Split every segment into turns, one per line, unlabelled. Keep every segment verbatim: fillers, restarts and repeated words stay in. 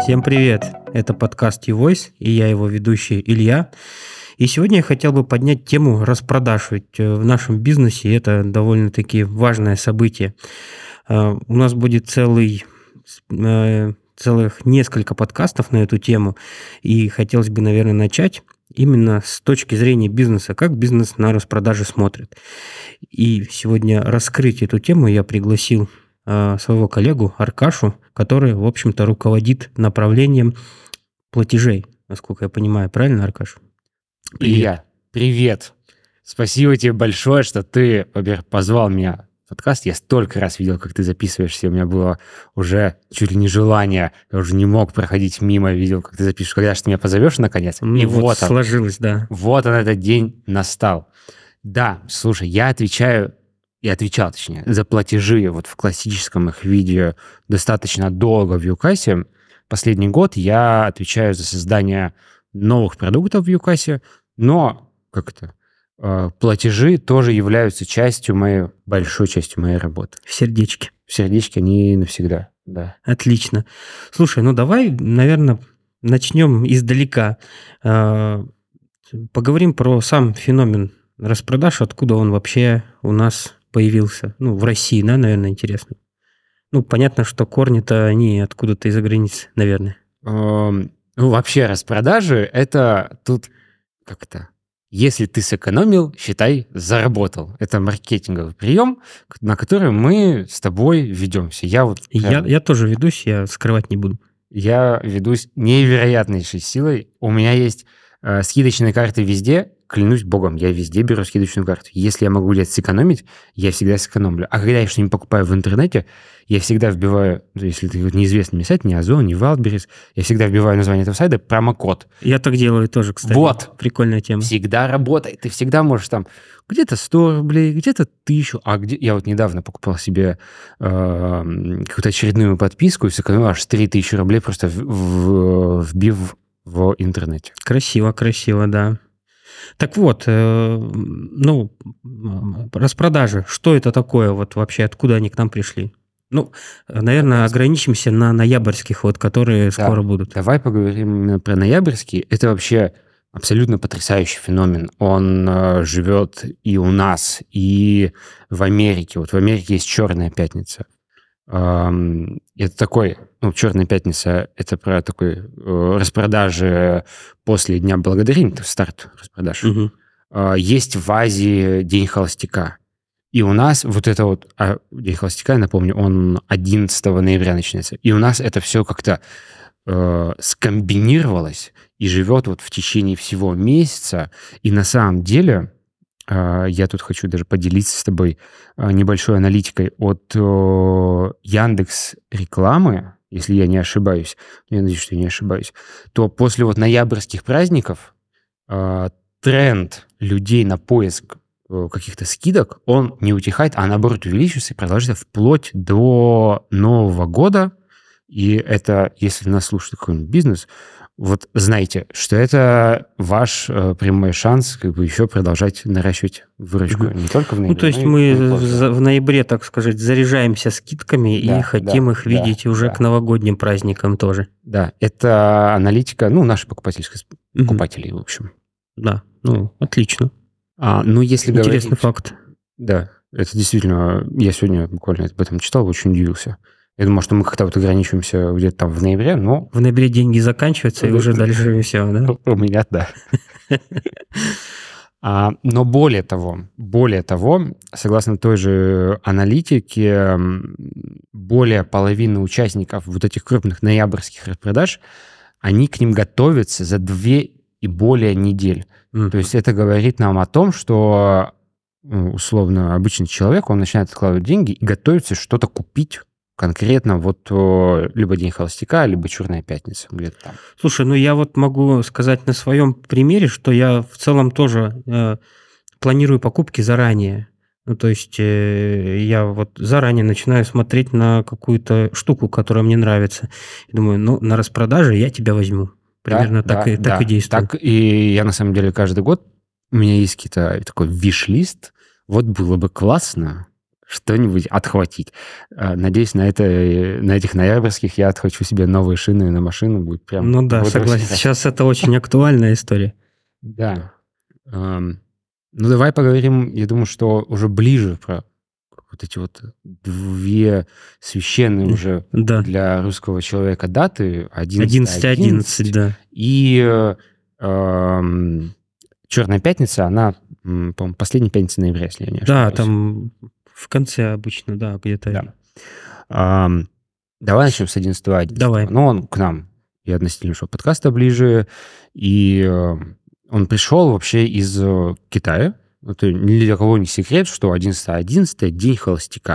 Всем привет! Это подкаст eVoice, и я его ведущий Илья. И сегодня я хотел бы поднять тему распродаж, ведь в нашем бизнесе это довольно-таки важное событие. У нас будет целый, целых несколько подкастов на эту тему, и хотелось бы, наверное, начать именно с точки зрения бизнеса, как бизнес на распродажи смотрит. И сегодня раскрыть эту тему я пригласил своего коллегу Аркашу, который, в общем-то, руководит направлением платежей, насколько я понимаю. Правильно, Аркаш?
Привет. Илья, привет. Спасибо тебе большое, что ты, во-первых, позвал меня в подкаст. Я столько раз видел, как ты записываешься. У меня было уже чуть ли не желание. Я уже не мог проходить мимо. Видел, как ты запишешь. Когда же ты меня позовешь, наконец?
Ну,
И
вот,
вот он.
Сложилось, да.
Вот он, этот день настал. Да, слушай, я отвечаю... Я отвечал, точнее, за платежи вот в классическом их виде достаточно долго в Юкасе. Последний год я отвечаю за создание новых продуктов в Юкасе, но как это, э, платежи тоже являются частью моей, большой частью моей работы.
В сердечке.
В сердечке они навсегда, да.
Отлично. Слушай, ну давай, наверное, начнем издалека. Э, поговорим про сам феномен распродаж, откуда он вообще у нас появился. Ну, в России, да, наверное, интересно. Ну, понятно, что корни-то они откуда-то из-за границы, наверное.
Эм, ну, вообще распродажи — это тут как-то... Если ты сэкономил, считай, заработал. Это маркетинговый прием, на который мы с тобой ведемся. Я вот...
Я, я тоже ведусь, я скрывать не буду.
Я ведусь невероятнейшей силой. У меня есть э, скидочные карты везде. Клянусь богом, я везде беру скидочную карту. Если я могу где-то сэкономить, я всегда сэкономлю. А когда я что-нибудь покупаю в интернете, я всегда вбиваю, если это неизвестный мне сайт, не Озон, не Wildberries, я всегда вбиваю название этого сайта, промокод.
Я так делаю тоже, кстати.
Вот.
Прикольная тема.
Всегда работает. Ты всегда можешь там где-то сто рублей, где-то тысячу. А где... Я вот недавно покупал себе э, какую-то очередную подписку и сэкономил аж три тысячи рублей, просто в, в, вбив в интернете.
Красиво, красиво, да. Так вот, э, ну, распродажи, что это такое, вот вообще, откуда они к нам пришли? Ну, наверное, ограничимся на ноябрьских, вот, которые да. скоро будут.
Давай поговорим именно про ноябрьские. Это вообще абсолютно потрясающий феномен. Он э, живет и у нас, и в Америке. Вот в Америке есть «Черная пятница». Эм, это такой, ну, «Черная пятница» — это про такой э, распродажи после Дня Благодарения, старт распродаж.
Угу.
Э, есть в Азии День холостяка. И у нас вот это вот... А День холостяка, я напомню, он одиннадцатого ноября начинается. И у нас это все как-то э, скомбинировалось и живет вот в течение всего месяца. И на самом деле... Я тут хочу даже поделиться с тобой небольшой аналитикой от Яндекс рекламы, если я не ошибаюсь, я надеюсь, что я не ошибаюсь, то после вот ноябрьских праздников тренд людей на поиск каких-то скидок, он не утихает, а наоборот увеличивается и продолжается вплоть до Нового года. И это, если нас слушает какой-нибудь бизнес, вот знайте, что это ваш э, прямой шанс как бы еще продолжать наращивать выручку. Mm-hmm. Не только в ноябре.
Ну, то есть мы в, в ноябре, так сказать, заряжаемся скидками да, и хотим да, их видеть да, уже да. к новогодним праздникам тоже.
Да, это аналитика, ну, наших покупательских mm-hmm. покупателей, в общем.
Да, ну, отлично.
А, ну, если
Интересный
говорить,
факт.
Да, это действительно, я сегодня буквально об этом читал, очень удивился. Я думаю, что мы как-то вот ограничиваемся где-то там в ноябре, но...
В ноябре деньги заканчиваются, и уже дальше все, да?
У меня, да. а, но более того, более того, согласно той же аналитике, более половины участников вот этих крупных ноябрьских распродаж, они к ним готовятся за две и более недель. Mm. То есть это говорит нам о том, что условно обычный человек, он начинает откладывать деньги и готовится что-то купить конкретно вот либо День холостяка, либо Черная пятница, где-то там.
Слушай, ну я вот могу сказать на своем примере, что я в целом тоже э, планирую покупки заранее. Ну, то есть э, я вот заранее начинаю смотреть на какую-то штуку, которая мне нравится. И думаю, ну, на распродаже я тебя возьму. Примерно
да,
так,
да,
и,
да.
так и действую.
Так, и я на самом деле каждый год, у меня есть какие-то такой виш-лист. Вот было бы классно, что-нибудь отхватить. Надеюсь, на, это, на этих ноябрьских я отхвачу себе новые шины на машину. Будет прям...
Ну да, согласен. Сейчас это очень актуальная история.
Да. Ну, давай поговорим, я думаю, что уже ближе про вот эти вот две священные уже
да.
для русского человека даты.
одиннадцать одиннадцать, да.
И э, э, Черная пятница, она, по-моему, последняя пятница ноября, если я не ошибаюсь.
Да, там в конце обычно, да, где-то.
Да. А, давай начнем с одиннадцатого одиннадцатого.
Давай.
Ну, он к нам и относительно нашего подкаста ближе, и э, он пришел вообще из э, Китая. Это ни для кого не секрет, что одиннадцатое одиннадцатое день холостяка.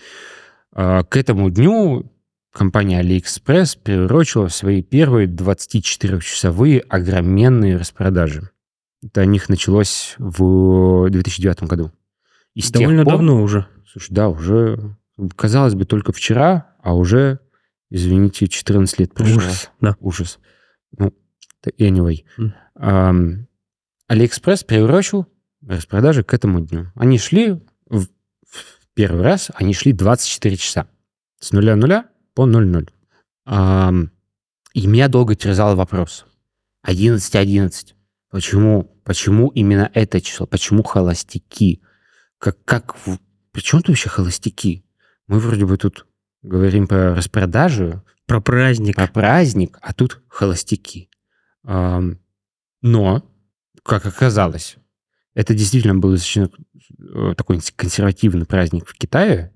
А, к этому дню компания AliExpress приурочила свои первые двадцатичетырёхчасовые огроменные распродажи. Это у них началось в две тысячи девятом году. И с
Довольно
тех пор,
давно уже.
Слушай, да, уже, казалось бы, только вчера, а уже, извините, четырнадцать лет прошло.
Ужас, да.
Ужас. Ну, anyway.
Mm.
Um, AliExpress приурочил распродажи к этому дню. Они шли, в, в первый раз, они шли двадцать четыре часа. С нуля нуля по ноль ноль. Um, и меня долго терзал вопрос. одиннадцать одиннадцать. Почему, почему именно это число? Почему холостяки? Как, как, причем тут вообще холостяки? Мы вроде бы тут говорим про распродажу.
Про праздник.
Про праздник, а тут холостяки. Um, но, как оказалось, это действительно был достаточно такой консервативный праздник в Китае,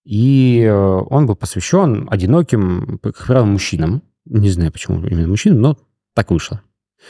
и он был посвящен одиноким, как правило, мужчинам. Не знаю, почему именно мужчинам, но так вышло.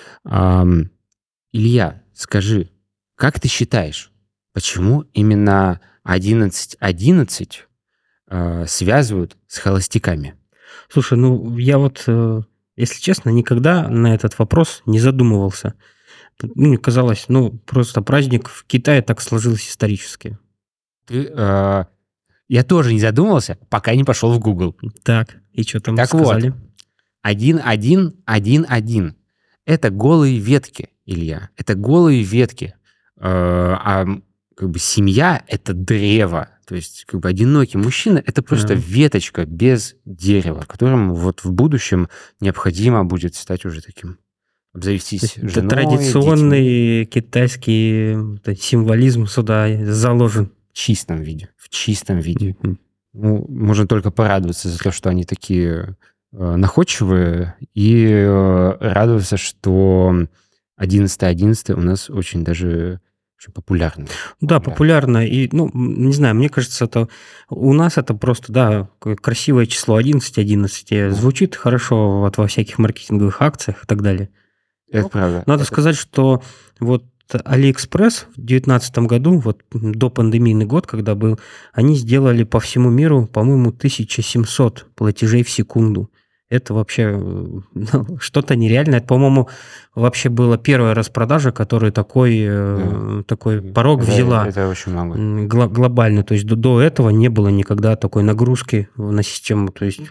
Um, Илья, скажи, как ты считаешь, почему именно одиннадцать одиннадцать э, связывают с холостяками?
Слушай, ну я вот, э, если честно, никогда на этот вопрос не задумывался. Мне казалось, ну, просто праздник в Китае так сложился исторически.
Ты, э, я тоже не задумывался, пока не пошел в Google.
Так, и что там
так
сказали?
Вот, один один один один. Это голые ветки, Илья. Это голые ветки. Э, а как бы семья — это древо. То есть как бы одинокий мужчина — это просто yeah. веточка без дерева, которому вот в будущем необходимо будет стать уже таким, обзавестись женой,
это традиционный
детьми.
Китайский символизм сюда заложен.
В чистом виде. В чистом виде. Mm-hmm. Ну, можно только порадоваться за то, что они такие э, находчивые, и э, радоваться, что одиннадцатое одиннадцатое у нас очень даже... очень популярно.
Да, популярно. И, ну, не знаю, мне кажется, это у нас это просто, да, красивое число одиннадцать одиннадцать. Звучит хорошо вот во всяких маркетинговых акциях и так далее.
Это
ну,
правда.
Надо
это...
сказать, что вот AliExpress в две тысячи девятнадцатом году, вот до пандемийный год, когда был, они сделали по всему миру, по-моему, тысяча семьсот платежей в секунду. Это вообще ну, что-то нереальное. Это, по-моему, вообще была первая распродажа, которая такой, да. такой порог
это,
взяла.
Это очень много.
Гл- глобально. То есть до, до этого не было никогда такой нагрузки на систему. То есть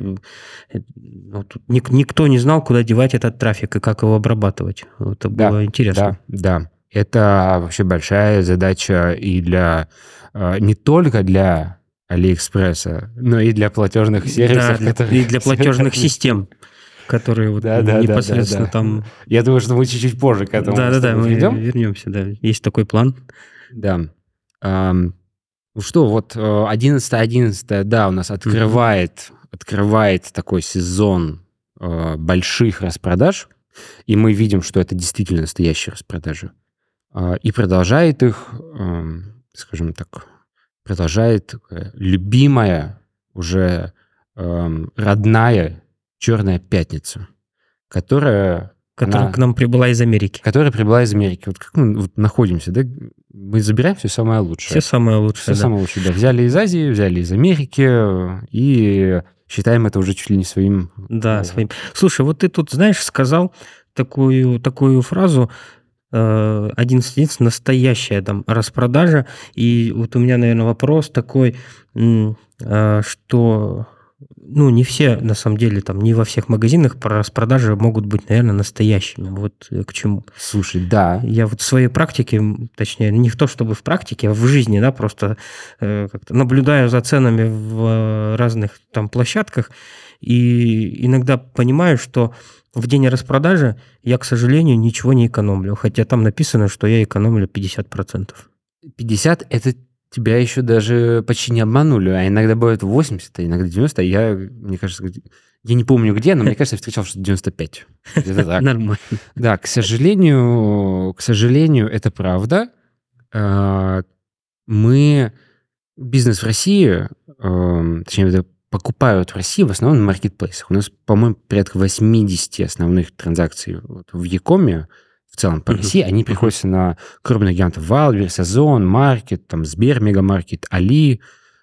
вот, ник- никто не знал, куда девать этот трафик и как его обрабатывать. Это
да,
было интересно.
Да, да. Это вообще большая задача и для не только для AliExpress, но и для платежных сервисов.
Да, для, и для платежных систем, которые вот да, да, непосредственно
да, да, да.
там...
Я думаю, что мы чуть-чуть позже к этому
Да-да-да, мы
придем.
вернемся, да. Есть такой план.
Да. Um, ну что, вот одиннадцатое одиннадцатое, да, у нас открывает, mm-hmm. открывает такой сезон uh, больших распродаж, и мы видим, что это действительно настоящие распродажи. Uh, и продолжает их, uh, скажем так... продолжает любимая, уже эм, родная Черная пятница, которая...
Которая
она,
к нам прибыла из Америки.
Которая прибыла из Америки. Вот как мы вот находимся, да? Мы забираем все самое лучшее.
Все самое лучшее,
Все
да.
самое лучшее, да. Взяли из Азии, взяли из Америки и считаем это уже чуть ли не своим...
Да, своим. Слушай, вот ты тут, знаешь, сказал такую, такую фразу... одиннадцать одиннадцать настоящая там распродажа. И вот у меня, наверное, вопрос такой, что ну, не все, на самом деле, там, не во всех магазинах распродажи могут быть, наверное, настоящими. Вот к чему.
Слушай, да.
Я вот в своей практике, точнее, не в то, чтобы в практике, а в жизни, да, просто э, как-то наблюдаю за ценами в разных там площадках и иногда понимаю, что в день распродажи я, к сожалению, ничего не экономлю, хотя там написано, что я экономлю пятьдесят процентов.
пятьдесят – это тебя еще даже почти не обманули, а иногда бывает восемьдесят, а иногда девяносто. Я, мне кажется, я не помню где, но мне кажется, я встречал, что девяносто пять. Это так.
Нормально.
Да, к сожалению, к сожалению, это правда. Мы, бизнес в России, точнее, это покупают в России в основном на маркетплейсах. У нас, по-моему, порядка восемьдесят основных транзакций вот в Якоме, в целом по России, они приходятся на крупных гигантов: Wildberries, Озон, Маркет, там, Сбер, Мегамаркет, Али.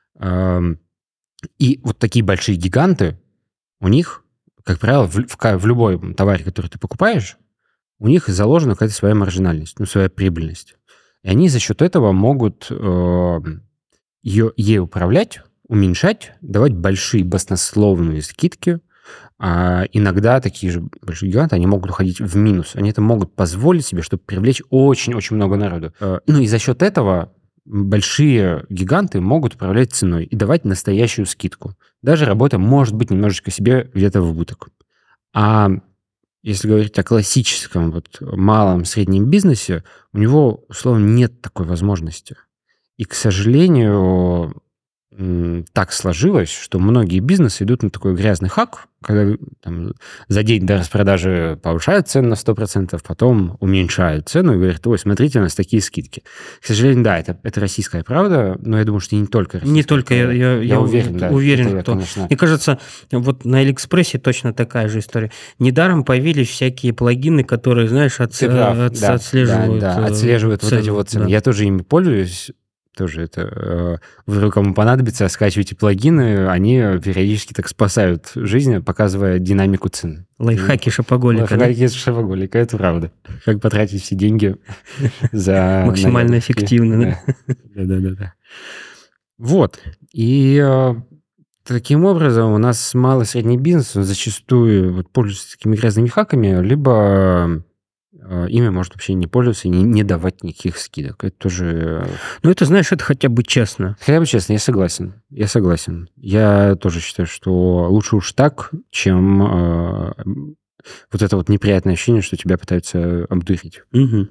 И вот такие большие гиганты, у них, как правило, в, в, в любой товаре, который ты покупаешь, у них заложена какая-то своя маржинальность, ну, своя прибыльность. И они за счет этого могут э, ее, ей управлять, уменьшать, давать большие баснословные скидки. А иногда такие же большие гиганты, они могут уходить в минус. Они это могут позволить себе, чтобы привлечь очень-очень много народу. Ну и за счет этого большие гиганты могут управлять ценой и давать настоящую скидку. Даже работа может быть немножечко себе где-то в убыток. А если говорить о классическом вот, малом, среднем бизнесе, у него, условно, нет такой возможности. И, к сожалению, так сложилось, что многие бизнесы идут на такой грязный хак, когда там, за день до распродажи повышают цену на сто процентов, потом уменьшают цену и говорят: ой, смотрите, у нас такие скидки. К сожалению, да, это, это российская правда, но я думаю, что не только российская.
Не только, я, я, я уверен, да, уверен
это,
что...
конечно...
Мне кажется, вот на Алиэкспрессе точно такая же история. Недаром появились всякие плагины, которые, знаешь, от, от,
да,
отслеживают...
Да, да, отслеживают цены, вот эти вот цены. Да. Я тоже ими пользуюсь. Тоже это, вдруг кому понадобится, скачивайте плагины, они периодически так спасают жизнь, показывая динамику цен.
Лайфхаки шопоголика.
Лайфхаки шопоголика, это правда. Как потратить все деньги за...
Максимально эффективно.
Да-да-да. Вот. И таким образом у нас малый и средний бизнес зачастую вот пользуется такими грязными хаками, либо... ими может вообще не пользоваться и не, не давать никаких скидок. Это тоже...
Ну, это, знаешь, это хотя бы честно.
Хотя бы честно, я согласен. Я согласен. Я тоже считаю, что лучше уж так, чем э, вот это вот неприятное ощущение, что тебя пытаются обдурить.
Угу.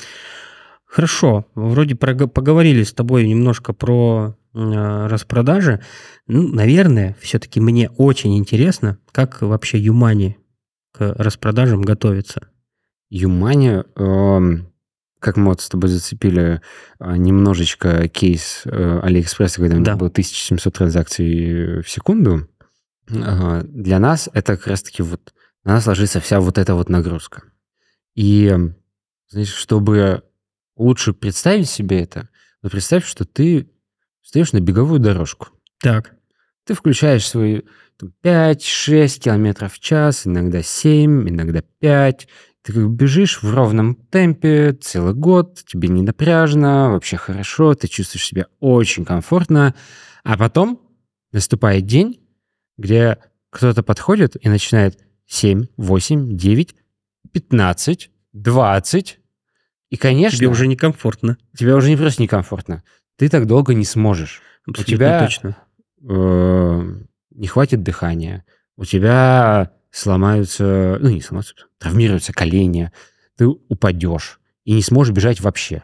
Хорошо. Вроде поговорили с тобой немножко про э, распродажи. Ну, наверное, все-таки мне очень интересно, как вообще Юмани к распродажам готовится.
Юмани, э, как мы вот с тобой зацепили э, немножечко кейс э, Алиэкспресса, когда у них
да.
было тысяча семьсот транзакций в секунду, э, для нас это как раз-таки вот на нас ложится вся вот эта вот нагрузка. И, знаешь, чтобы лучше представить себе это, вот представь, что ты стоишь на беговую дорожку.
Так.
Ты включаешь свои пять-шесть километров в час, иногда семь, иногда пять. Ты как бежишь в ровном темпе целый год, тебе не напряжно, вообще хорошо, ты чувствуешь себя очень комфортно. А потом наступает день, где кто-то подходит и начинает семь, восемь, девять, пятнадцать, двадцать. И, конечно...
Тебе уже некомфортно.
Тебе уже не просто некомфортно. Ты так долго не сможешь.
Абсолютно
у тебя
точно.
Э, не хватит дыхания. У тебя... сломаются, ну не сломаются, травмируются колени, ты упадешь и не сможешь бежать вообще.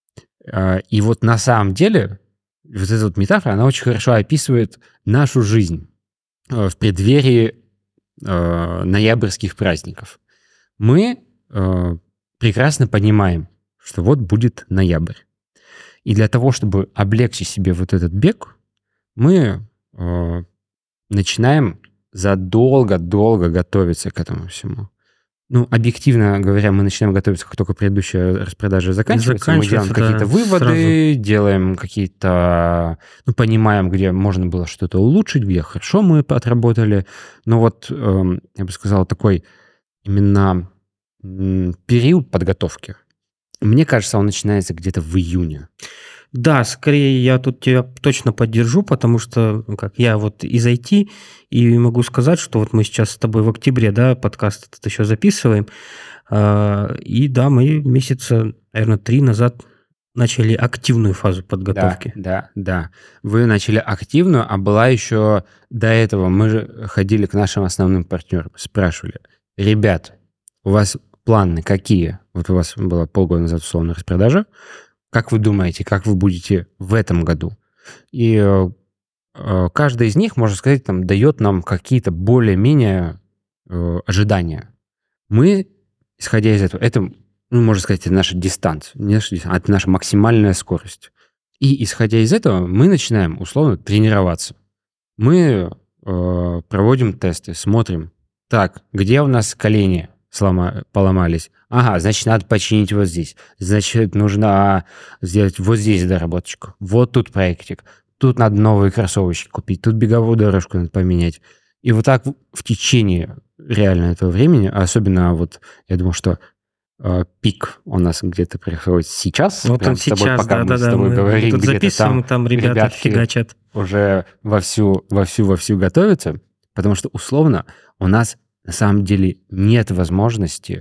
И вот на самом деле вот эта вот метафора, она очень хорошо описывает нашу жизнь в преддверии э, ноябрьских праздников. Мы э, прекрасно понимаем, что вот будет ноябрь. И для того, чтобы облегчить себе вот этот бег, мы э, начинаем задолго-долго готовиться к этому всему. Ну, объективно говоря, мы начинаем готовиться, как только предыдущая распродажа заканчивается. Мы делаем какие-то выводы, сразу. делаем какие-то... Ну, понимаем, где можно было что-то улучшить, где хорошо мы отработали. Но вот, э, я бы сказал, такой именно м, период подготовки, мне кажется, он начинается где-то в июне.
Да, скорее я тут тебя точно поддержу, потому что ну, как я вот из ай ти, и могу сказать, что вот мы сейчас с тобой в октябре, да, подкаст этот еще записываем, а, и да, мы месяца, наверное, три назад начали активную фазу
Да,
подготовки.
да, да. Вы начали активную, а была еще до этого, мы же ходили к нашим основным партнерам, спрашивали, ребят, у вас планы какие? Вот у вас было полгода назад условно распродажа, как вы думаете, как вы будете в этом году? И э, э, каждый из них, можно сказать, там, дает нам какие-то более-менее э, ожидания. Мы, исходя из этого, это, ну, можно сказать, это наша дистанция, не наша дистанция, это наша максимальная скорость. И исходя из этого, мы начинаем условно тренироваться. Мы э, проводим тесты, смотрим, так, где у нас колени слома, поломались? Ага, значит, надо починить вот здесь. Значит, нужно сделать вот здесь доработочку. Вот тут проектик. Тут надо новые кроссовочки купить. Тут беговую дорожку надо поменять. И вот так в течение реально этого времени, особенно вот, я думаю, что э, пик у нас где-то происходит сейчас.
Вот
прям
он
с тобой,
сейчас,
пока мы с
да-да-да,
тобой
мы
говорим,
тут
где-то
записываем,
там
там ребята
ребятки
фигачат.
уже вовсю, вовсю, вовсю готовятся, потому что условно у нас на самом деле нет возможности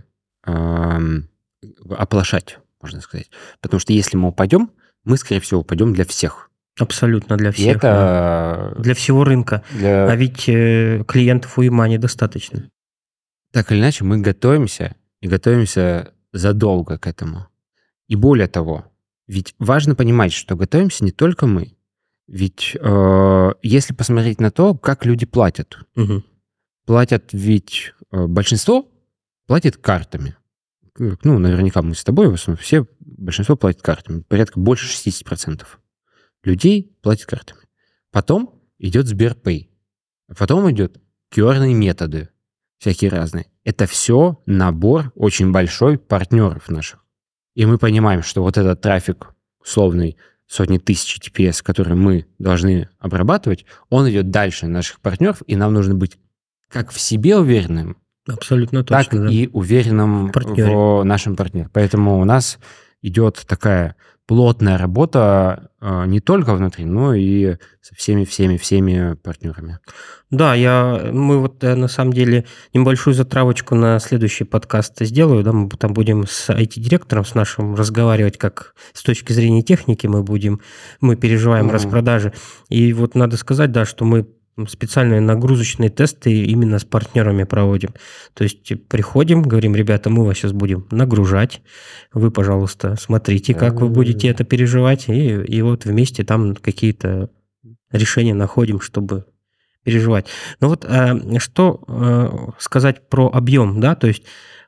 эм, оплошать, можно сказать. Потому что если мы упадем, мы, скорее всего, упадем для всех.
Абсолютно для
И
всех. да.
это
Для всего рынка.
для...
А ведь э, клиентов у Има недостаточно.
Так или иначе, мы готовимся, и готовимся задолго к этому. И более того, ведь важно понимать, что готовимся не только мы. Ведь э, если посмотреть на то, как люди платят,
Мгм.
платят ведь э, большинство платит картами. К- Ну, наверняка мы с тобой, в основном, все, большинство платит картами. Порядка больше шестьдесят процентов людей платят картами. Потом идет Сберпэй. Потом идет ку ар-ные методы, всякие разные. Это все набор очень большой партнеров наших. И мы понимаем, что вот этот трафик условный, сотни тысяч ти пи эс, который мы должны обрабатывать, он идет дальше наших партнеров, и нам нужно быть как в себе уверенным,
Абсолютно
так
точно, да.
и уверенным
В партнере.
в нашем партнере. Поэтому у нас идет такая плотная работа э, не только внутри, но и со всеми-всеми-всеми партнерами.
Да, я, мы вот э, на самом деле небольшую затравочку на следующий подкаст сделаю, да, мы там будем с ай ти-директором, с нашим разговаривать, как с точки зрения техники мы будем, мы переживаем
Мгм.
распродажи. И вот надо сказать, да, что мы специальные нагрузочные тесты именно с партнерами проводим. То есть приходим, говорим, ребята, мы вас сейчас будем нагружать, вы, пожалуйста, смотрите, как вы будете это переживать, и, и вот вместе там какие-то решения находим, чтобы переживать. Ну вот э, что э, сказать про объем, да, то есть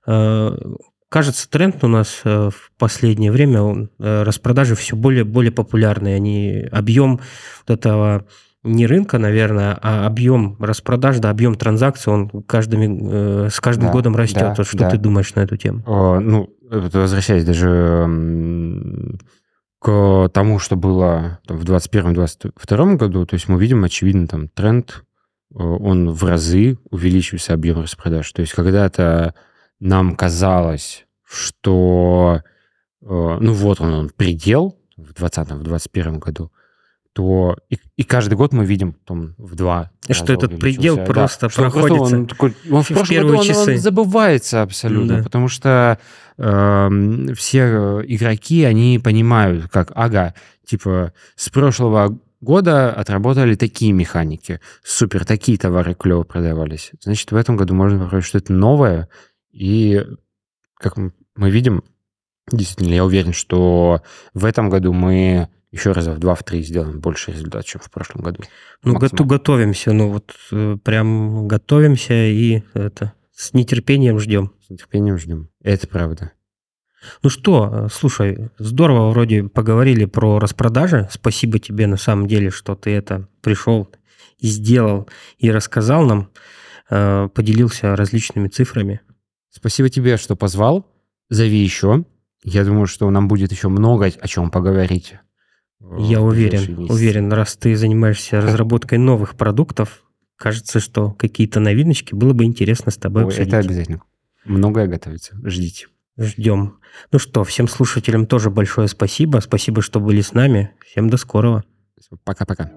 э, кажется, тренд у нас э, в последнее время, он, э, распродажи все более более популярные, они объем вот этого не рынка, наверное, а объем распродаж, да, объем транзакций, он каждым, э, с каждым
Да,
годом растет.
да,
Вот что
да.
ты думаешь на эту тему?
О, ну, вот возвращаясь даже м, к тому, что было там, в двадцать первом - двадцать втором году, то есть мы видим, очевидно, там тренд, э, он в разы увеличивается объем распродаж. То есть когда-то нам казалось, что э, ну вот он, он предел в двадцатом - в двадцать первом году, то и, и каждый год мы видим там в два
Что
раза
этот предел
увеличился. Да,
просто
что просто
проходится
он, такой- он в
в
прошлом
первые
году он- он
часы.
забывается абсолютно,
Да.
потому что эм, все игроки, они понимают, как, ага, типа с прошлого года отработали такие механики, супер, такие товары клево продавались. Значит, в этом году можно попробовать что-то новое, и как м- мы видим, действительно, я уверен, что в этом году мы еще раза в два-три сделаем больше результат, чем в прошлом году.
Ну,
Максимум.
готу- готовимся, ну вот э, прям готовимся и это с нетерпением ждем.
С нетерпением ждем. Это правда.
Ну что, э, слушай, здорово вроде поговорили про распродажи. Спасибо тебе на самом деле, что ты это пришел и сделал и рассказал нам, э, поделился различными цифрами.
Спасибо тебе, что позвал. Зови еще. Я думаю, что нам будет еще много о чем поговорить. э,
Я
в ближайшие
уверен,
месяцы.
уверен, раз ты занимаешься разработкой новых продуктов, кажется, что какие-то новиночки было бы интересно с тобой
Ой,
обсудить.
это обязательно. Многое готовится. Ждите.
Ждем. Ну что, всем слушателям тоже большое спасибо. Спасибо, что были с нами. Всем до скорого.
Пока-пока.